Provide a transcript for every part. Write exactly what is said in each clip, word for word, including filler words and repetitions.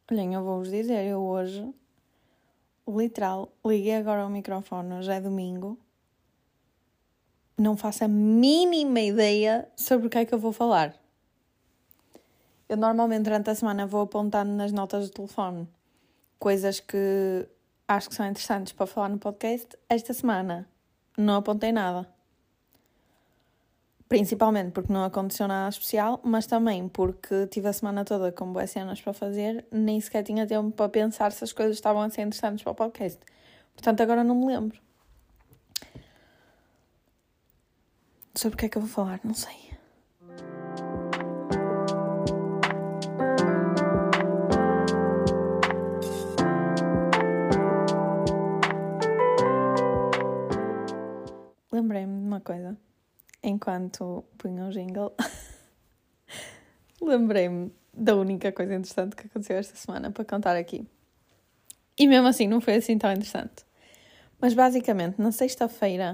Olhem, eu vou-vos dizer, eu hoje, literal, liguei agora ao microfone, hoje é domingo, não faço a mínima ideia sobre o que é que eu vou falar. Eu normalmente durante a semana vou apontando nas notas do telefone coisas que acho que são interessantes para falar no podcast. Esta semana não apontei nada. Principalmente porque não aconteceu nada especial, mas também porque tive a semana toda com boas cenas para fazer, nem sequer tinha tempo para pensar se as coisas estavam a ser interessantes para o podcast. Portanto, agora não me lembro. Sobre o que é que eu vou falar? Não sei. Lembrei-me de uma coisa. Enquanto punha um jingle, lembrei-me da única coisa interessante que aconteceu esta semana para contar aqui. E mesmo assim não foi assim tão interessante. Mas basicamente, na sexta-feira,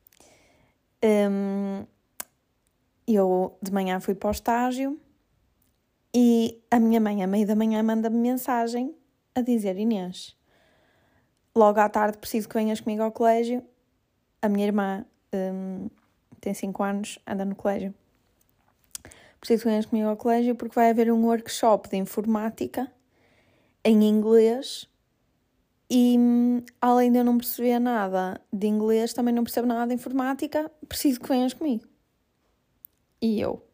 hum, eu de manhã fui para o estágio e a minha mãe, a meio da manhã, manda-me mensagem a dizer: Inês, logo à tarde preciso que venhas comigo ao colégio. A minha irmã hum, tem cinco anos, anda no colégio. Preciso que venhas comigo ao colégio porque vai haver um workshop de informática em inglês e, além de eu não perceber nada de inglês, também não percebo nada de informática, preciso que venhas comigo. E eu,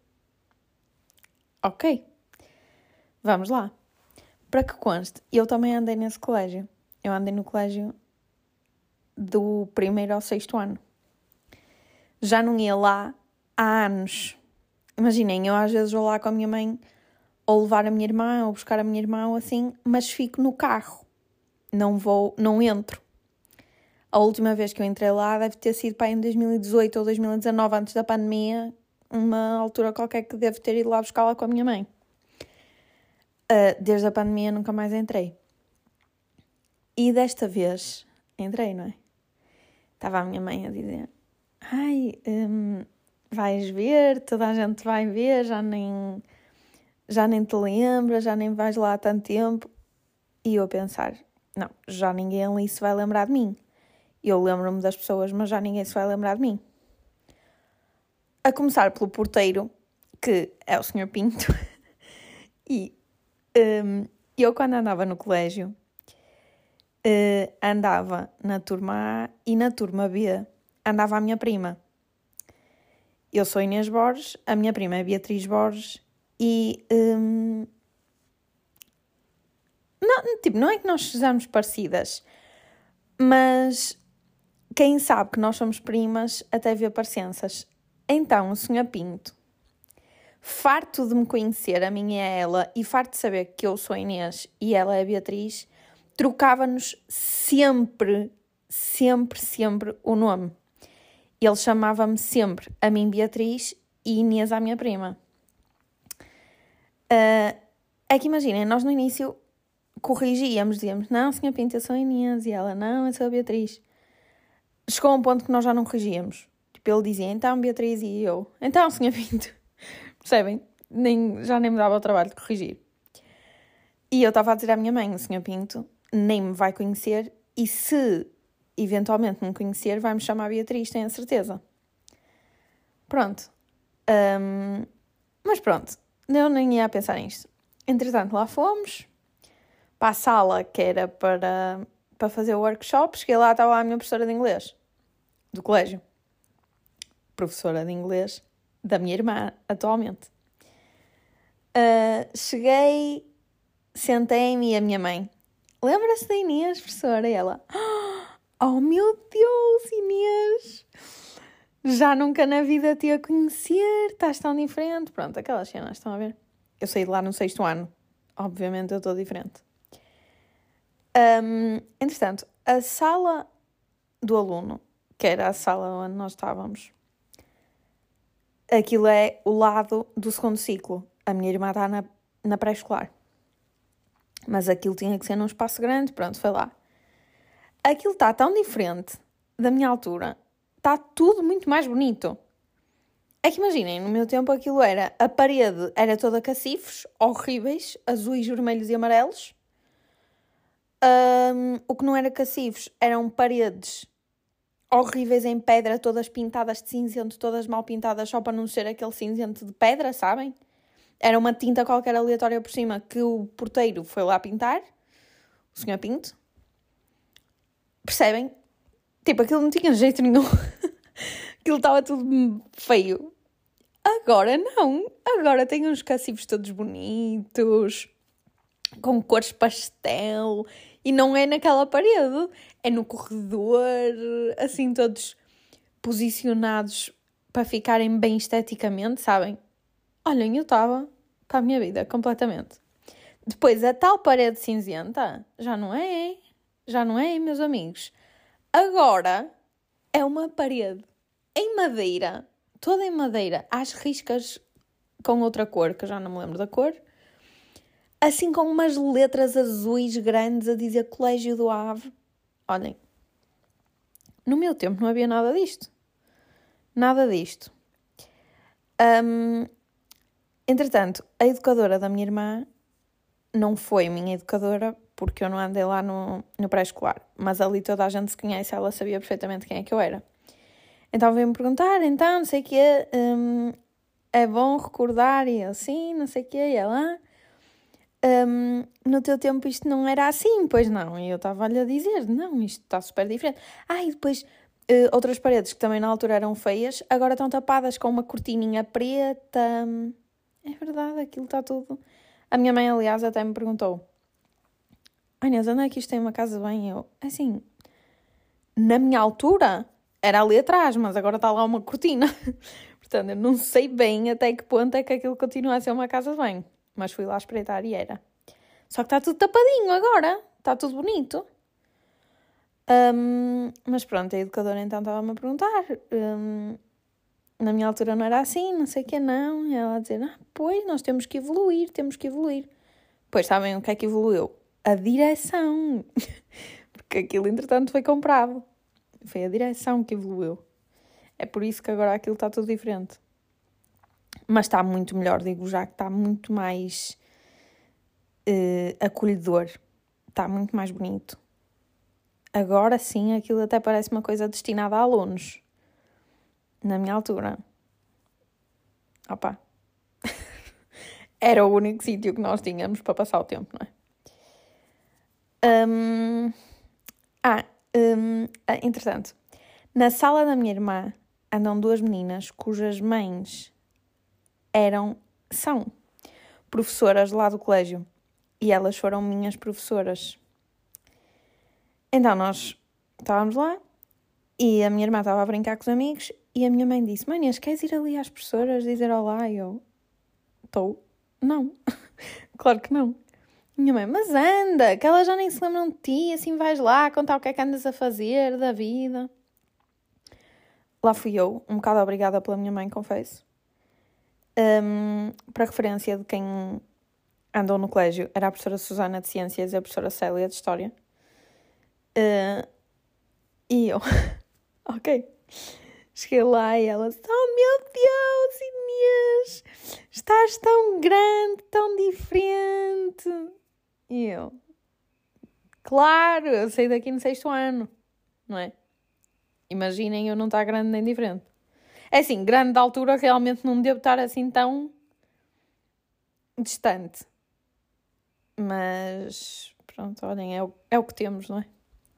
ok, vamos lá. Para que conste, eu também andei nesse colégio. Eu andei no colégio do primeiro ao sexto ano. Já não ia lá há anos. Imaginem, eu às vezes vou lá com a minha mãe ou levar a minha irmã ou buscar a minha irmã ou assim, mas fico no carro. Não vou, não entro. A última vez que eu entrei lá deve ter sido para em dois mil e dezoito ou dois mil e dezanove, antes da pandemia, uma altura qualquer que devo ter ido lá buscá-la com a minha mãe. Uh, desde a pandemia nunca mais entrei. E desta vez entrei, não é? Estava a minha mãe a dizer: ai, hum, vais ver, toda a gente vai ver, já nem, já nem te lembras, já nem vais lá há tanto tempo. E eu a pensar: não, já ninguém ali se vai lembrar de mim. Eu lembro-me das pessoas, mas já ninguém se vai lembrar de mim. A começar pelo porteiro, que é o senhor Pinto. E um, eu, quando andava no colégio, uh, andava na turma A e na turma B andava a minha prima. Eu sou Inês Borges, a minha prima é Beatriz Borges e... Um, não, tipo, não é que nós sejamos parecidas, mas quem sabe que nós somos primas até vê parecenças. Então, o senhor Pinto, farto de me conhecer, a mim e a ela, e farto de saber que eu sou a Inês e ela é a Beatriz, trocava-nos sempre, sempre, sempre o nome. Ele chamava-me sempre a mim Beatriz e Inês a minha prima. Uh, é que imaginem, nós no início corrigíamos, dizíamos: não, senhor Pinto, eu sou a Inês, e ela: não, eu sou a Beatriz. Chegou a um ponto que nós já não corrigíamos. Tipo, ele dizia: então Beatriz, e eu: então senhor Pinto. Percebem? Nem, já nem me dava o trabalho de corrigir. E eu estava a dizer à minha mãe: o senhor Pinto nem me vai conhecer e se eventualmente me conhecer vai-me chamar Beatriz, tenho a certeza. Pronto. Um, mas pronto, eu nem ia a pensar nisto. Entretanto, lá fomos para a sala que era para, para fazer o workshop. Cheguei lá, estava lá a minha professora de inglês do colégio. Professora de inglês da minha irmã, atualmente. Uh, cheguei, sentei-me e a minha mãe: lembra-se da Inês, professora? E ela: oh meu Deus, Inês, já nunca na vida te ia conhecer, estás tão diferente. Pronto, aquelas cenas, estão a ver? Eu saí de lá no sexto ano, obviamente eu estou diferente. Um, entretanto, a sala do aluno, que era a sala onde nós estávamos, aquilo é o lado do segundo ciclo. A minha irmã está na, na pré-escolar. Mas aquilo tinha que ser num espaço grande, pronto, foi lá. Aquilo está tão diferente da minha altura. Está tudo muito mais bonito. É que imaginem, no meu tempo aquilo era... A parede era toda cacifos, horríveis, azuis, vermelhos e amarelos. Um, o que não era cacifos eram paredes horríveis em pedra, todas pintadas de cinzento, todas mal pintadas, só para não ser aquele cinzento de pedra, sabem? Era uma tinta qualquer aleatória por cima que o porteiro foi lá pintar, o senhor Pinto. Percebem? Tipo, aquilo não tinha jeito nenhum. Aquilo estava tudo feio. Agora não. Agora tem uns cacifos todos bonitos, com cores pastel, e não é naquela parede, é no corredor, assim todos posicionados para ficarem bem esteticamente, sabem? Olhem, eu estava para a minha vida, completamente. Depois, a tal parede cinzenta, já não é, já não é, meus amigos. Agora, é uma parede em madeira, toda em madeira, às riscas com outra cor, que eu já não me lembro da cor, assim com umas letras azuis grandes a dizer Colégio do Ave. Olhem, no meu tempo não havia nada disto. Nada disto. Um, entretanto, a educadora da minha irmã não foi minha educadora porque eu não andei lá no, no pré-escolar. Mas ali toda a gente se conhece, ela sabia perfeitamente quem é que eu era. Então veio-me perguntar, então, não sei o quê, um, é bom recordar, e eu, sim, não sei o quê, e ela... Um, no teu tempo isto não era assim, pois não, e eu estava-lhe a dizer, não, isto está super diferente. Ah, e depois uh, outras paredes que também na altura eram feias, agora estão tapadas com uma cortininha preta. É verdade, aquilo está tudo. A minha mãe, aliás, até me perguntou, Inês, onde é que isto tem uma casa bem? Eu, assim, na minha altura era ali atrás, mas agora está lá uma cortina. Portanto, eu não sei bem até que ponto é que aquilo continua a ser uma casa de banho. Mas fui lá espreitar e era. Só que está tudo tapadinho agora. Está tudo bonito. Um, mas pronto, a educadora então estava-me a perguntar. Um, na minha altura não era assim, não sei o que não. E ela a dizer, ah, pois, nós temos que evoluir, temos que evoluir. Pois sabem o que é que evoluiu? A direção. Porque aquilo, entretanto, foi comprado. Foi a direção que evoluiu. É por isso que agora aquilo está tudo diferente. Mas está muito melhor, digo já que está muito mais uh, acolhedor. Está muito mais bonito. Agora sim, aquilo até parece uma coisa destinada a alunos. Na minha altura. Opa. Era o único sítio que nós tínhamos para passar o tempo, não é? Um... Ah, um... ah, entretanto. Na sala da minha irmã andam duas meninas cujas mães... eram, são, professoras lá do colégio. E elas foram minhas professoras. Então nós estávamos lá e a minha irmã estava a brincar com os amigos e a minha mãe disse, mãe, queres ir ali às professoras dizer olá? E eu, estou? Não. Claro que não. Minha mãe, mas anda, que elas já nem se lembram de ti, assim vais lá contar o que é que andas a fazer da vida. Lá fui eu, um bocado obrigada pela minha mãe, confesso. Um, para referência de quem andou no colégio, era a professora Susana de Ciências e a professora Célia de História. Uh, e eu, ok, cheguei lá e ela disse, oh meu Deus, Inês, estás tão grande, tão diferente. E eu, claro, eu saí daqui no sexto ano, não é? Imaginem eu não estar grande nem diferente. É assim, grande de altura realmente não devo estar assim tão distante. Mas, pronto, olhem, é o, é o que temos, não é?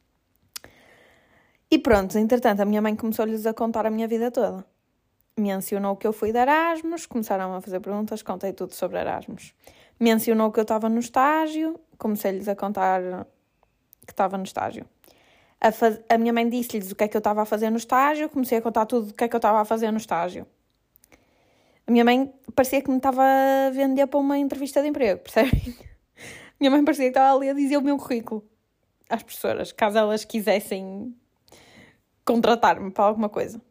E pronto, entretanto, a minha mãe começou-lhes a contar a minha vida toda. Mencionou que eu fui de Erasmus, começaram a fazer perguntas, contei tudo sobre Erasmus. Mencionou que eu estava no estágio, comecei-lhes a contar que estava no estágio. A, faz... a minha mãe disse-lhes o que é que eu estava a fazer no estágio, comecei a contar tudo o que é que eu estava a fazer no estágio. A minha mãe parecia que me estava a vender para uma entrevista de emprego, percebem? A minha mãe parecia que estava ali a dizer o meu currículo às professoras, caso elas quisessem contratar-me para alguma coisa.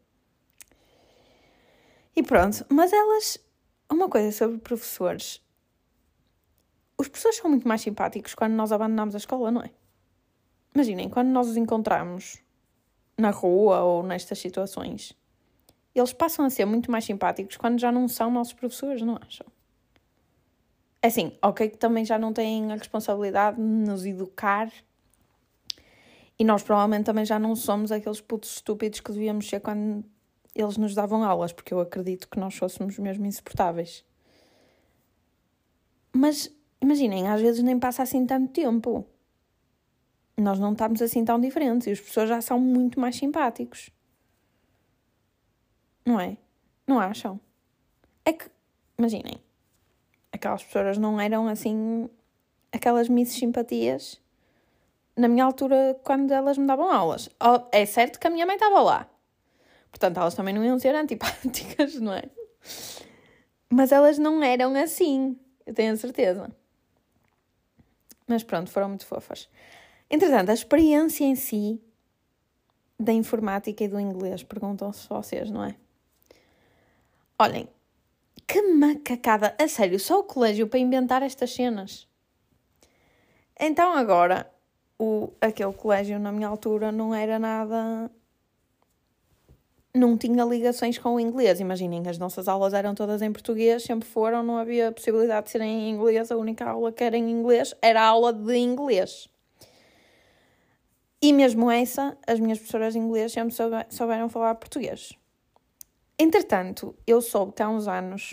E pronto, mas elas... Uma coisa sobre professores. Os professores são muito mais simpáticos quando nós abandonamos a escola, não é? Imaginem, quando nós os encontramos na rua ou nestas situações, eles passam a ser muito mais simpáticos quando já não são nossos professores, não acham? É assim, ok que também já não têm a responsabilidade de nos educar E nós provavelmente também já não somos aqueles putos estúpidos que devíamos ser quando eles nos davam aulas, porque eu acredito que nós fôssemos mesmo insuportáveis. Mas, imaginem, às vezes nem passa assim tanto tempo. Nós não estamos assim tão diferentes e os professores já são muito mais simpáticos. Não é? Não acham? É que, imaginem, aquelas professoras não eram assim, aquelas misses simpatias na minha altura quando elas me davam aulas. É certo que a minha mãe estava lá. Portanto, elas também não iam ser antipáticas, não é? Mas elas não eram assim, eu tenho a certeza. Mas pronto, foram muito fofas. Entretanto, a experiência em si da informática e do inglês, perguntam-se vocês, não é? Olhem, que macacada, a sério, só o colégio para inventar estas cenas. Então agora, o, aquele colégio na minha altura não era nada... Não tinha ligações com o inglês. Imaginem, as nossas aulas eram todas em português, sempre foram, não havia possibilidade de serem em inglês. A única aula que era em inglês era a aula de inglês. E mesmo essa, as minhas professoras de inglês sempre souberam falar português. Entretanto, eu soube que há uns anos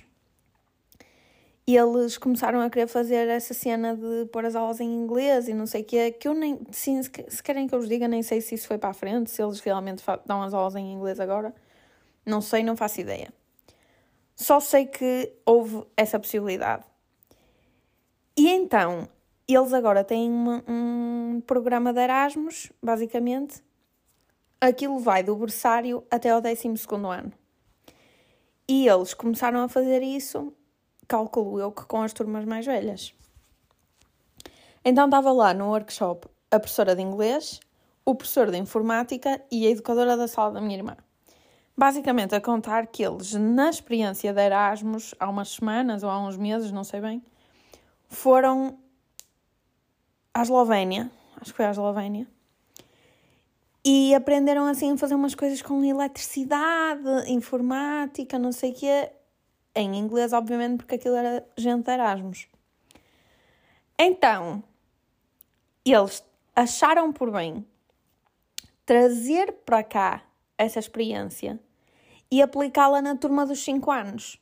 eles começaram a querer fazer essa cena de pôr as aulas em inglês e não sei o quê, que eu nem, sim, se querem que eu vos diga, nem sei se isso foi para a frente, se eles realmente dão as aulas em inglês agora. Não sei, não faço ideia. Só sei que houve essa possibilidade. E então, eles agora têm uma, um programa de Erasmus, basicamente. Aquilo vai do berçário até ao décimo segundo ano. E eles começaram a fazer isso, calculo eu, que com as turmas mais velhas. Então estava lá no workshop a professora de inglês, o professor de informática e a educadora da sala da minha irmã. Basicamente a contar que eles, na experiência de Erasmus, há umas semanas ou há uns meses, não sei bem, foram à Eslovénia, acho que foi à Eslovénia, e aprenderam assim a fazer umas coisas com eletricidade, informática, não sei o quê, em inglês, obviamente, porque aquilo era gente de Erasmus. Então, eles acharam por bem trazer para cá essa experiência e aplicá-la na turma dos cinco anos.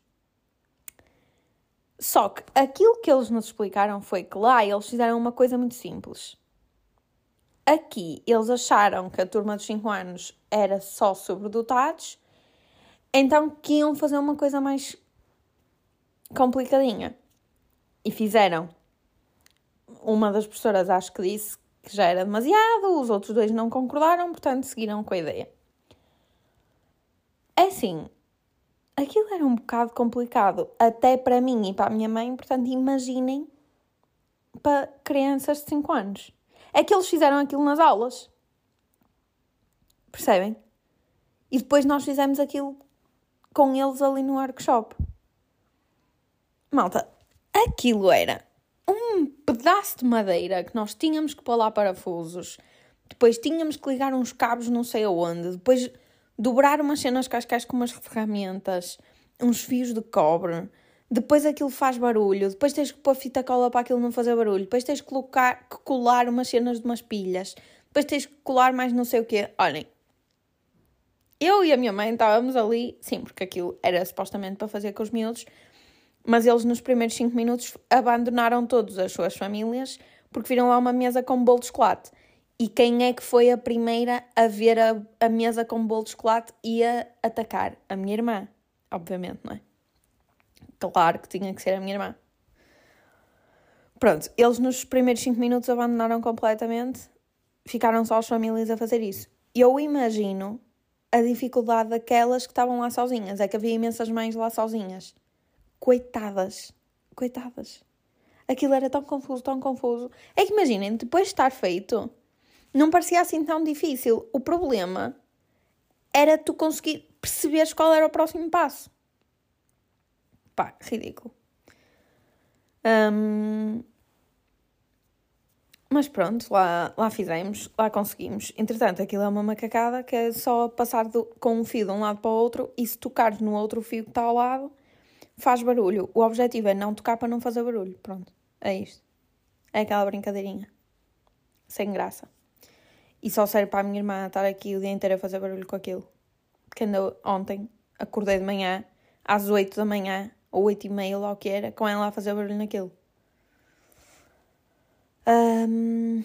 Só que aquilo que eles nos explicaram foi que lá eles fizeram uma coisa muito simples. Aqui eles acharam que a turma dos cinco anos era só sobredotados, então que iam fazer uma coisa mais complicadinha. E fizeram. Uma das professoras acho que disse que já era demasiado, os outros dois não concordaram, portanto seguiram com a ideia. É assim, aquilo era um bocado complicado, até para mim e para a minha mãe, portanto imaginem para crianças de cinco anos. É que eles fizeram aquilo nas aulas. Percebem? E depois nós fizemos aquilo com eles ali no workshop. Malta, aquilo era um pedaço de madeira que nós tínhamos que pôr lá parafusos. Depois tínhamos que ligar uns cabos não sei aonde. Depois dobrar umas cenas cascais com umas ferramentas. Uns fios de cobre. Depois aquilo faz barulho. Depois tens que pôr fita cola para aquilo não fazer barulho. Depois tens que, colocar, que colar umas cenas de umas pilhas. Depois tens que colar mais não sei o quê. Olhem, eu e a minha mãe estávamos ali, sim, porque aquilo era supostamente para fazer com os miúdos, mas eles nos primeiros cinco minutos abandonaram todas as suas famílias porque viram lá uma mesa com bolo de chocolate. E quem é que foi a primeira a ver a, a mesa com bolo de chocolate e a atacar? A minha irmã, obviamente, não é? Claro que tinha que ser a minha irmã. Pronto, eles nos primeiros cinco minutos abandonaram completamente, ficaram só as famílias a fazer isso. Eu imagino a dificuldade daquelas que estavam lá sozinhas, é que havia imensas mães lá sozinhas. Coitadas, coitadas. Aquilo era tão confuso, tão confuso. É que imaginem, depois de estar feito, não parecia assim tão difícil. O problema era tu conseguir perceberes qual era o próximo passo. Pá, ridículo. Um, mas pronto, lá, lá fizemos, lá conseguimos. Entretanto, aquilo é uma macacada que é só passar do, com um fio de um lado para o outro e se tocares no outro fio que está ao lado, faz barulho. O objetivo é não tocar para não fazer barulho. Pronto, é isto. É aquela brincadeirinha. Sem graça. E só serve para a minha irmã estar aqui o dia inteiro a fazer barulho com aquilo. Porque ainda ontem acordei de manhã, às oito da manhã, ou oito e meia, lá o que era, com ela a fazer barulho naquilo. Um...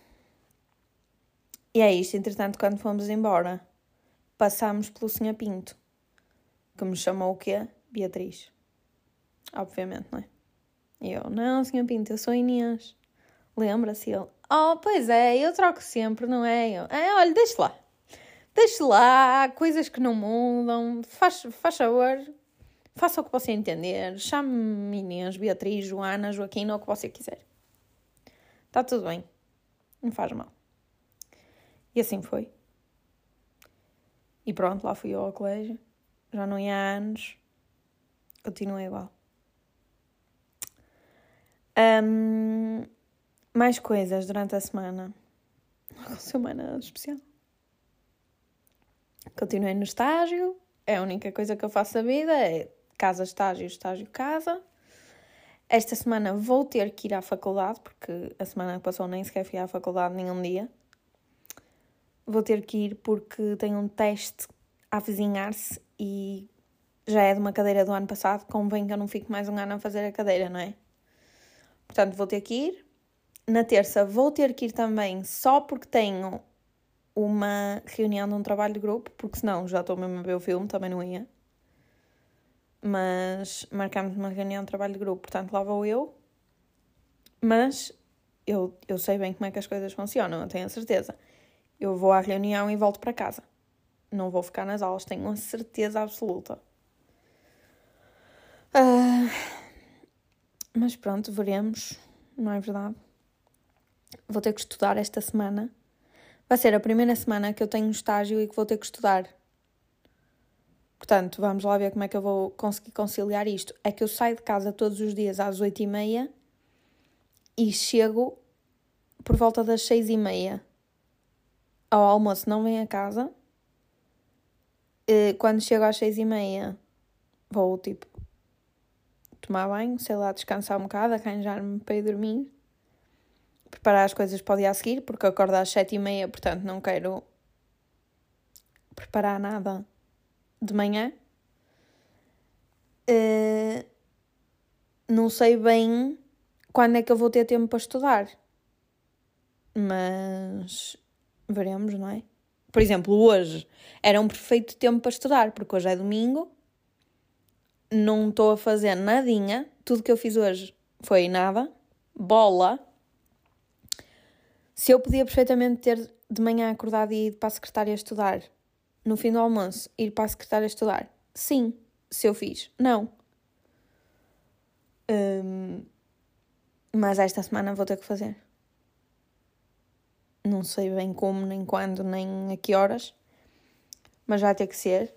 E é isto. Entretanto, quando fomos embora, passámos pelo senhor Pinto, que me chamou o quê? Beatriz. Obviamente, não é? E eu, não, senhor Pinto, eu sou Inês. Lembra-se ele? Oh, pois é, eu troco sempre, não é? Eu, é, olha, deixa lá. Deixa lá, coisas que não mudam. Faz, faz favor, faça o que você entender. Chame-me Inês, Beatriz, Joana, Joaquina, ou o que você quiser. Está tudo bem. Não faz mal. E assim foi. E pronto, lá fui eu ao colégio. Já não ia há anos. Continua igual. Um, mais coisas durante a semana. Não aconteceu mais nada de especial. Continuei no estágio. É a única coisa que eu faço da vida. É casa, estágio, estágio, casa. Esta semana vou ter que ir à faculdade, porque a semana que passou nem sequer fui à faculdade nenhum dia. Vou ter que ir porque tenho um teste a avizinhar-se e já é de uma cadeira do ano passado. Convém que eu não fique mais um ano a fazer a cadeira, não é? Portanto, vou ter que ir. Na terça vou ter que ir também só porque tenho uma reunião de um trabalho de grupo, porque senão já estou mesmo a ver o filme, também não ia. Mas marcamos uma reunião de trabalho de grupo, portanto lá vou eu. Mas eu, eu sei bem como é que as coisas funcionam, eu tenho a certeza. Eu vou à reunião e volto para casa. Não vou ficar nas aulas, tenho a certeza absoluta. Uh, mas pronto, veremos, não é verdade? Vou ter que estudar esta semana. Vai ser a primeira semana que eu tenho estágio e que vou ter que estudar. Portanto, vamos lá ver como é que eu vou conseguir conciliar isto. É que eu saio de casa todos os dias às oito e meia e chego por volta das seis e meia. Ao almoço não venho a casa. Quando chego às seis e meia vou, tipo, tomar banho, sei lá, descansar um bocado, arranjar-me para ir dormir. Preparar as coisas para o dia a seguir, porque eu acordo às sete e meia, portanto não quero preparar nada de manhã. Uh, não sei bem quando é que eu vou ter tempo para estudar. Mas veremos, não é? Por exemplo, hoje era um perfeito tempo para estudar, porque hoje é domingo. Não estou a fazer nadinha. Tudo que eu fiz hoje foi nada. Bola. Se eu podia perfeitamente ter de manhã acordado e ir para a secretária estudar, no fim do almoço, ir para a secretária estudar, sim. Se eu fiz, não. Hum, mas esta semana vou ter que fazer. Não sei bem como, nem quando, nem a que horas, mas vai ter que ser.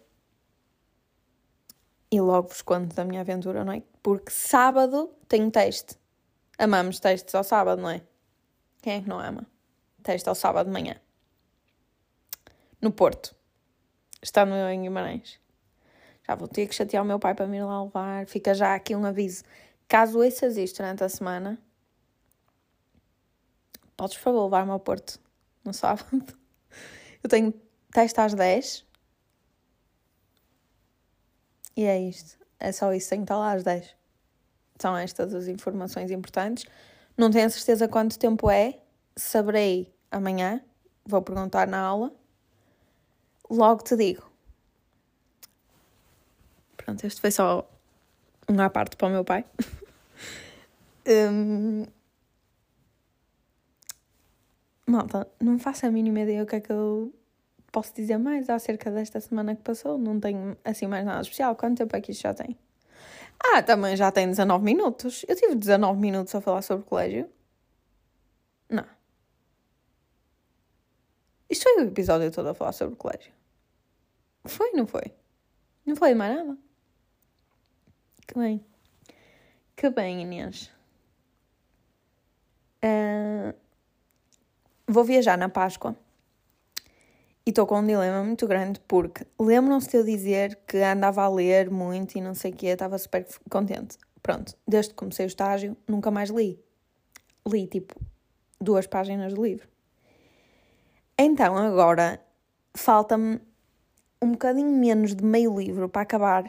E logo vos conto da minha aventura, não é? Porque sábado tenho teste. Amamos testes ao sábado, não é? Quem é que não ama? Teste ao sábado de manhã. No Porto. Está no em Guimarães. Já vou ter que chatear o meu pai para me ir lá levar. Fica já aqui um aviso. Caso ouças isto durante a semana, podes, por favor, levar-me ao Porto no sábado. Eu tenho teste às dez. E é isto. É só isso. Tenho que estar lá às dez. São estas as informações importantes. Não tenho a certeza quanto tempo é. Saberei amanhã. Vou perguntar na aula. Logo te digo. Pronto, este foi só um à parte para o meu pai. um... Malta, não faço a mínima ideia o que é que eu posso dizer mais acerca desta semana que passou. Não tenho assim mais nada especial. Quanto tempo é que isto já tem? Ah, também já tem dezanove minutos. Eu tive dezanove minutos a falar sobre o colégio. Não. Isto foi o episódio todo a falar sobre o colégio. Foi, não foi? Não foi mais nada. Que bem. Que bem, Inês. Uh, vou viajar na Páscoa. E estou com um dilema muito grande porque lembram-se de eu dizer que andava a ler muito e não sei o quê, estava super contente. Pronto, desde que comecei o estágio, nunca mais li. Li, tipo, duas páginas do livro. Então, agora, falta-me um bocadinho menos de meio livro para acabar.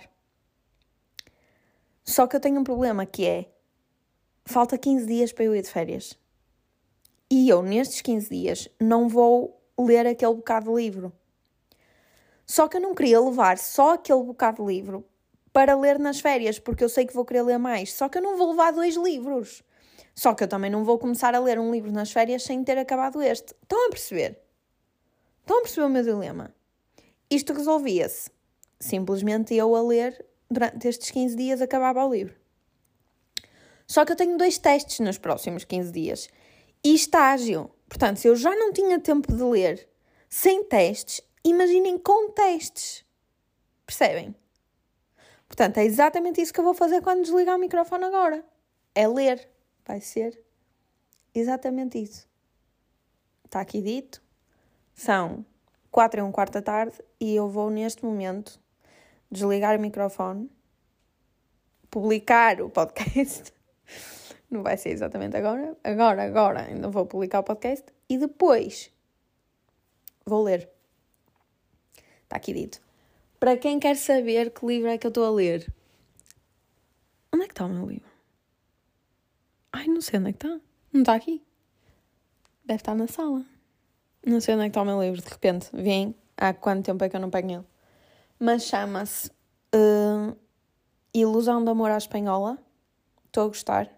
Só que eu tenho um problema que é, falta quinze dias para eu ir de férias. E eu, nestes quinze dias, não vou ler aquele bocado de livro. Só que eu não queria levar só aquele bocado de livro para ler nas férias, porque eu sei que vou querer ler mais. Só que eu não vou levar dois livros. Só que eu também não vou começar a ler um livro nas férias sem ter acabado este. Estão a perceber? Estão a perceber o meu dilema? Isto resolvia-se. Simplesmente eu a ler, durante estes quinze dias, acabava o livro. Só que eu tenho dois testes nos próximos quinze dias. E estágio. Portanto, se eu já não tinha tempo de ler sem testes, imaginem com testes. Percebem? Portanto, é exatamente isso que eu vou fazer quando desligar o microfone agora. É ler. Vai ser exatamente isso. Está aqui dito. São quatro e um quarto da tarde e eu vou, neste momento, desligar o microfone, publicar o podcast. Não vai ser exatamente agora. Agora, agora, ainda vou publicar o podcast e depois vou ler. Está aqui dito. Para quem quer saber que livro é que eu estou a ler. Onde é que está o meu livro? Ai, não sei onde é que está. Não está aqui. Deve estar na sala. Não sei onde é que está o meu livro. De repente, vem. Há quanto tempo é que eu não pego nele? Mas chama-se uh, Ilusão de Amor à Espanhola. Estou a gostar.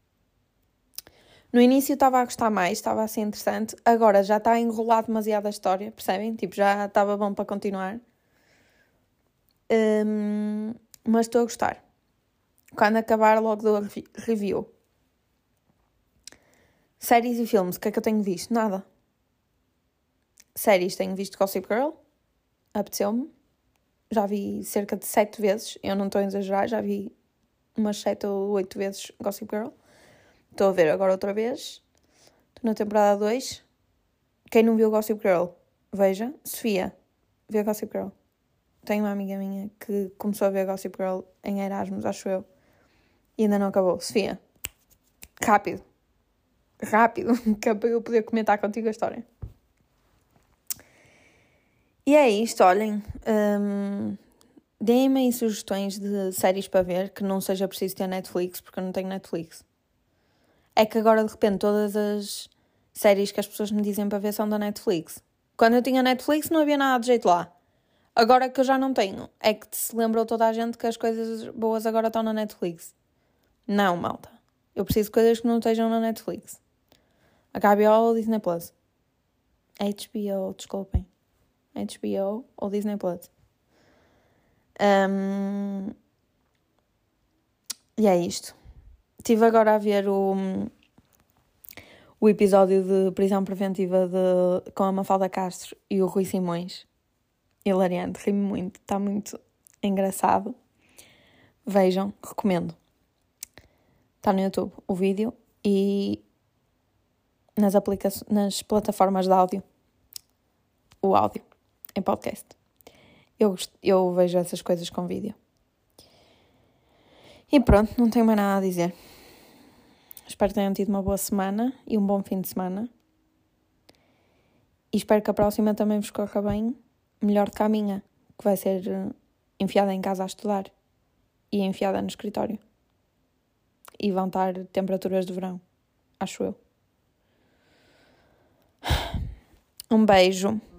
No início estava a gostar mais, estava a ser interessante. Agora já está a enrolar demasiado a história, percebem? Tipo, já estava bom para continuar. Um, mas estou a gostar. Quando acabar, logo dou a review. Séries e filmes, o que é que eu tenho visto? Nada. Séries, tenho visto Gossip Girl. Apeteceu-me. Já vi cerca de sete vezes. Eu não estou a exagerar, já vi umas sete ou oito vezes Gossip Girl. Estou a ver agora outra vez. Estou na temporada dois. Quem não viu Gossip Girl, veja. Sofia, vê Gossip Girl. Tenho uma amiga minha que começou a ver Gossip Girl em Erasmus, acho eu. E ainda não acabou. Sofia, rápido. Rápido, que é para eu poder comentar contigo a história. E é isto, olhem. Um, Deem-me aí sugestões de séries para ver, que não seja preciso ter Netflix, porque eu não tenho Netflix. É que agora, de repente, todas as séries que as pessoas me dizem para ver são da Netflix. Quando eu tinha Netflix não havia nada de jeito lá. Agora que eu já não tenho, é que se lembrou toda a gente que as coisas boas agora estão na Netflix. Não, malta. Eu preciso de coisas que não estejam na Netflix. H B O ou Disney Plus. H B O, desculpem. H B O ou Disney Plus. Um... E é isto. Estive agora a ver o, o episódio de Prisão Preventiva de, com a Mafalda Castro e o Rui Simões. Hilariante, ri-me muito, está muito engraçado. Vejam, recomendo. Está no YouTube o vídeo e nas, aplica- nas plataformas de áudio. O áudio em podcast. Eu, eu vejo essas coisas com vídeo. E pronto, não tenho mais nada a dizer. Espero que tenham tido uma boa semana e um bom fim de semana. E espero que a próxima também vos corra bem, melhor do que a minha, que vai ser enfiada em casa a estudar e enfiada no escritório. E vão estar temperaturas de verão, acho eu. Um beijo.